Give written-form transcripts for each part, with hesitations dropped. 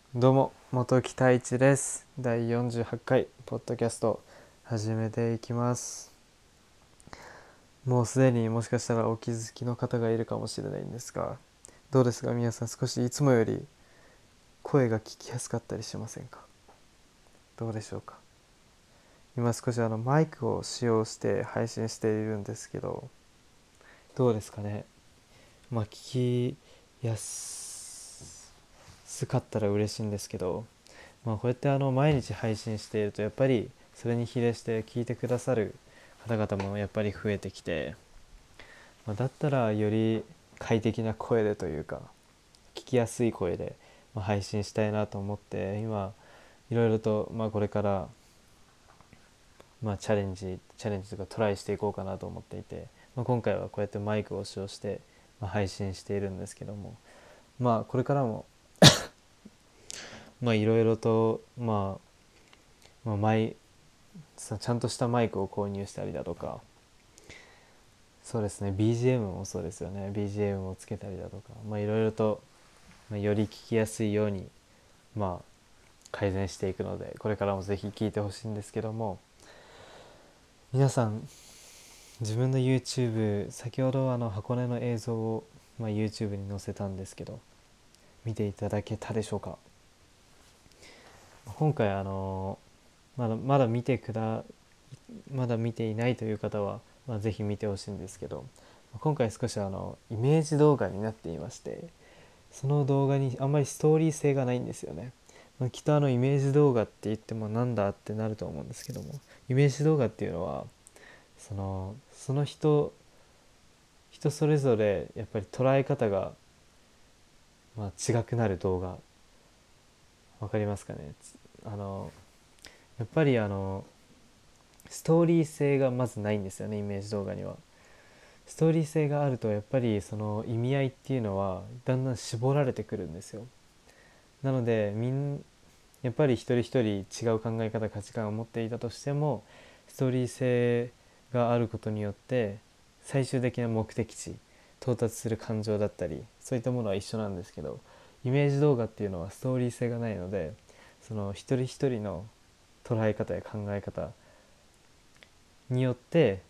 どうも元木太一です。第48回ポッドキャスト始めていきます。もうすでにもしかしたらお気づきの方がいるかもしれないんですが、どうですか皆さん、少しいつもより声が聞きやすかったりしませんか？どうでしょうか？今少しマイクを使用して配信しているんですけど、どうですかね。聞きやすかったら嬉しいんですけど、こうやって毎日配信しているとやっぱりそれに比例して聞いてくださる方々もやっぱり増えてきて、だったらより快適な声でというか聞きやすい声で配信したいなと思って今いろいろとこれからチャレンジとかトライしていこうかなと思っていて、今回はこうやってマイクを使用して配信しているんですけども、これからもいろいろとまあマイちゃんとしたマイクを購入したりだとか、そうですね BGM もそうですよね、 BGM をつけたりだとかいろいろと、より聞きやすいようにまあ改善していくので、これからもぜひ聞いてほしいんですけども、皆さん自分の YouTube、 先ほど箱根の映像を、YouTube に載せたんですけど見ていただけたでしょうか？今回まだ見ていないという方は、ぜひ見てほしいんですけど、今回少しイメージ動画になっていまして、その動画にあんまりストーリー性がないんですよね。きっとイメージ動画って言ってもなんだってなると思うんですけども、イメージ動画っていうのはその人それぞれやっぱり捉え方が、違くなる動画、わかりますかね？やっぱりストーリー性がまずないんですよね、イメージ動画には。ストーリー性があるとやっぱりその意味合いっていうのはだんだん絞られてくるんですよ。なのでやっぱり一人一人違う考え方、価値観を持っていたとしても、ストーリー性があることによって最終的な目的地、到達する感情だったりそういったものは一緒なんですけど、イメージ動画っていうのはストーリー性がないので、その一人一人の捉え方や考え方によって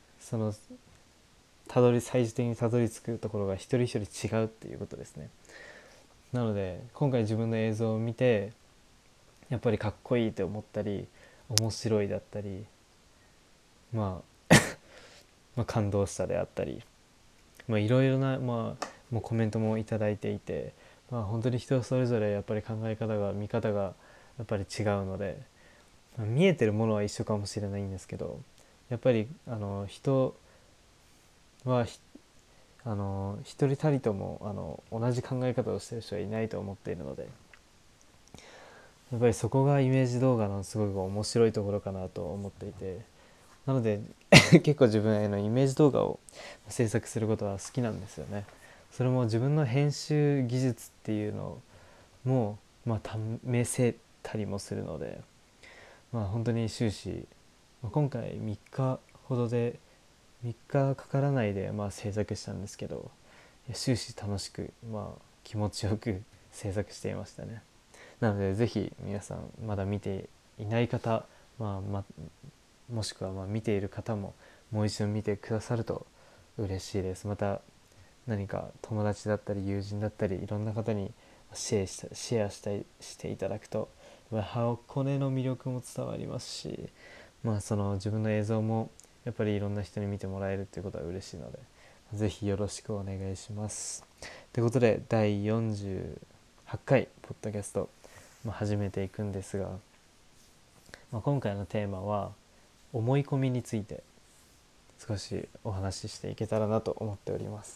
最終的にたどり着くところが一人一人違うっていうことですね。なので今回自分の映像を見てやっぱりかっこいいと思ったり面白いだったり、まあ、感動したであったり、いろいろな、もうコメントもいただいていて、本当に人それぞれやっぱり考え方が見方がやっぱり違うので、見えてるものは一緒かもしれないんですけど、やっぱり人は一人たりとも同じ考え方をしている人はいないと思っているので、やっぱりそこがイメージ動画のすごく面白いところかなと思っていて、なので結構自分へのイメージ動画を制作することは好きなんですよね。それも自分の編集技術っていうのも試せたりもするので、本当に終始、今回3日ほどで3日かからないで制作したんですけど、終始楽しく、気持ちよく制作していましたね。なのでぜひ皆さんまだ見ていない方、もしくは見ている方ももう一度見てくださると嬉しいです。また何か友達だったり友人だったりいろんな方にシェアしていただくと、箱根の魅力も伝わりますし、その自分の映像もやっぱりいろんな人に見てもらえるということは嬉しいので、ぜひよろしくお願いします。ということで第48回ポッドキャスト、始めていくんですが、今回のテーマは思い込みについて少しお話ししていけたらなと思っております。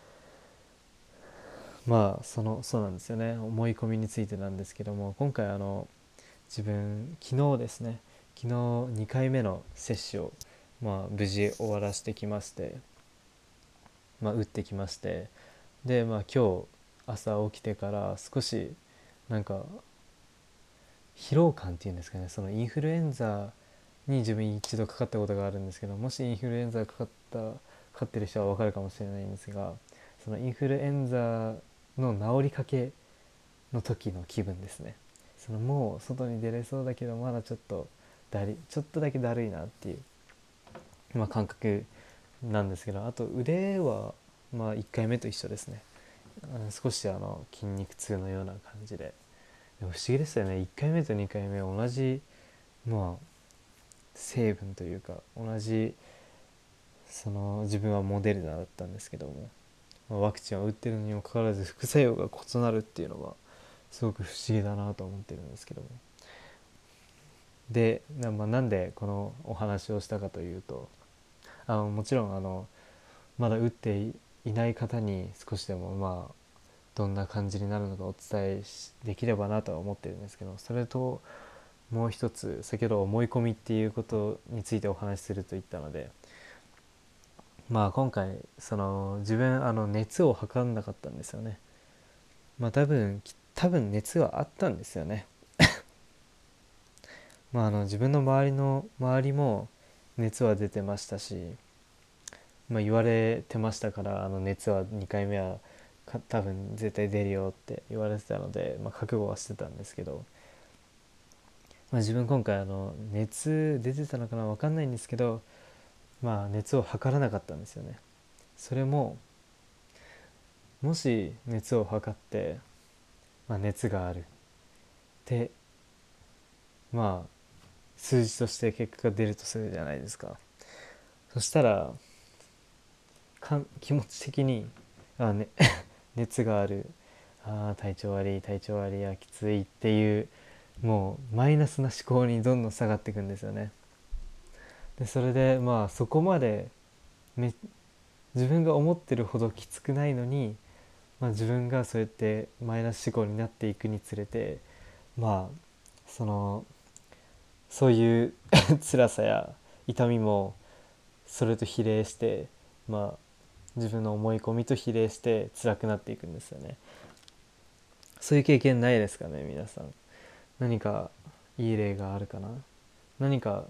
そうなんですよね、思い込みについてなんですけども、今回自分昨日ですね、昨日2回目の接種を無事終わらせてきまして、打ってきまして、で今日朝起きてから少しなんか疲労感っていうんですかね、そのインフルエンザに自分一度かかったことがあるんですけど、もしインフルエンザかかってる人は分かるかもしれないんですが、そのインフルエンザの治りかけの時の気分ですね。 もう外に出れそうだけどまだちょっとだけだるいなっていう、感覚なんですけど、あと腕は1回目と一緒ですね。少し筋肉痛のような感じで、でも不思議ですよね。1回目と2回目同じ成分というか同じ自分はモデルナだったんですけども、ワクチンを打ってるのにもかかわらず副作用が異なるっていうのはすごく不思議だなと思ってるんですけども、で、なんでこのお話をしたかというと、もちろんまだ打っていない方に少しでもどんな感じになるのかお伝えできればなとは思ってるんですけど、それともう一つ、先ほど思い込みっていうことについてお話しすると言ったので、今回自分熱を測んなかったんですよね。多分熱はあったんですよね。自分の周りも熱は出てましたし、言われてましたから、熱は2回目は多分絶対出るよって言われてたので、覚悟はしてたんですけど、自分今回熱出てたのかな分かんないんですけど、熱を測らなかったんですよね。それももし熱を測って、熱があるで数字として結果が出るとするじゃないですか。そしたら気持ち的に熱がある、体調悪いやきついっていう、もうマイナスな思考にどんどん下がっていくんですよね。でそれでそこまで自分が思ってるほどきつくないのに、自分がそうやってマイナス思考になっていくにつれて、まあそのそういう辛さや痛みもそれと比例して、自分の思い込みと比例して辛くなっていくんですよね。そういう経験ないですかね、皆さん。何かいい例があるかな。何か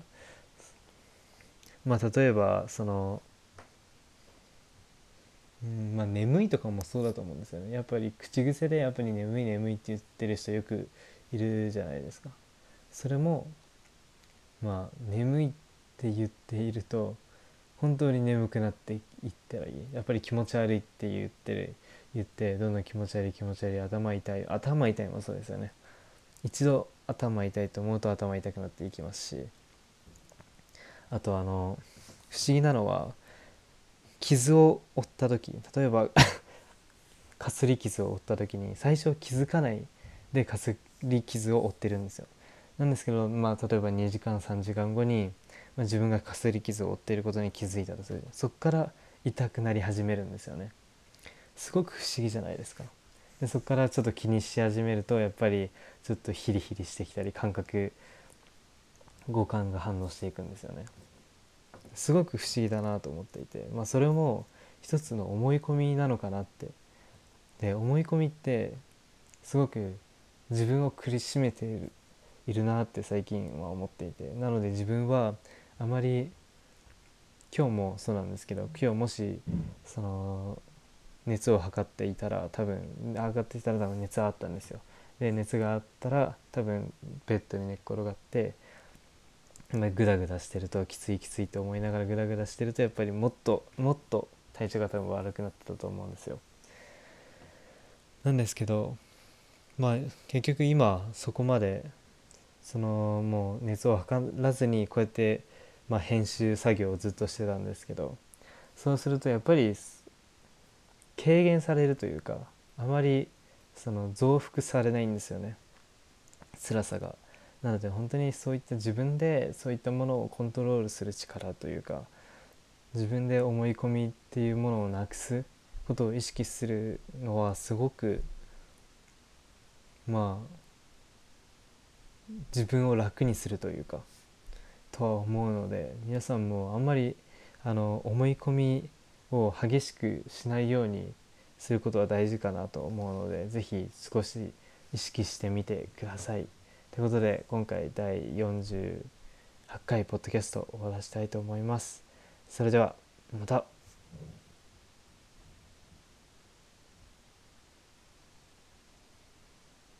例えば眠いとかもそうだと思うんですよね。やっぱり口癖でやっぱり眠い眠いって言ってる人よくいるじゃないですか。それも眠いって言っていると本当に眠くなっていったらいい。やっぱり気持ち悪いって言ってどんどん気持ち悪い気持ち悪い、頭痛いもそうですよね。一度頭痛いと思うと頭痛くなっていきますし、あと不思議なのは傷を負った時、例えばかすり傷を負った時に最初気づかないでかすり傷を負ってるんですよ。なんですけど、例えば2時間3時間後に、自分がかすり傷を負っていることに気づいたとする。そこから痛くなり始めるんですよね。すごく不思議じゃないですか。でそこからちょっと気にし始めるとやっぱりちょっとヒリヒリしてきたり、五感が反応していくんですよね。すごく不思議だなと思っていて、それも一つの思い込みなのかなって。で思い込みってすごく自分を苦しめているなって最近は思っていて、なので自分はあまり、今日もそうなんですけど、今日もし熱を測っていたら多分熱はあったんですよ。で熱があったら多分ベッドに寝っ転がってグダグダしてると、きついきついと思いながらグダグダしてると、やっぱりもっともっと体調が多分悪くなってたと思うんですよ。なんですけど、結局今そこまでもう熱を測らずにこうやって、編集作業をずっとしてたんですけど、そうするとやっぱり軽減されるというか、あまり増幅されないんですよね、辛さが。なので本当にそういった自分でそういったものをコントロールする力というか、自分で思い込みっていうものをなくすことを意識するのはすごくまあ自分を楽にするというかとは思うので、皆さんもあんまり思い込みを激しくしないようにすることは大事かなと思うので、ぜひ少し意識してみてください。ということで今回第48回ポッドキャストを終わらせたいと思います。それではまた。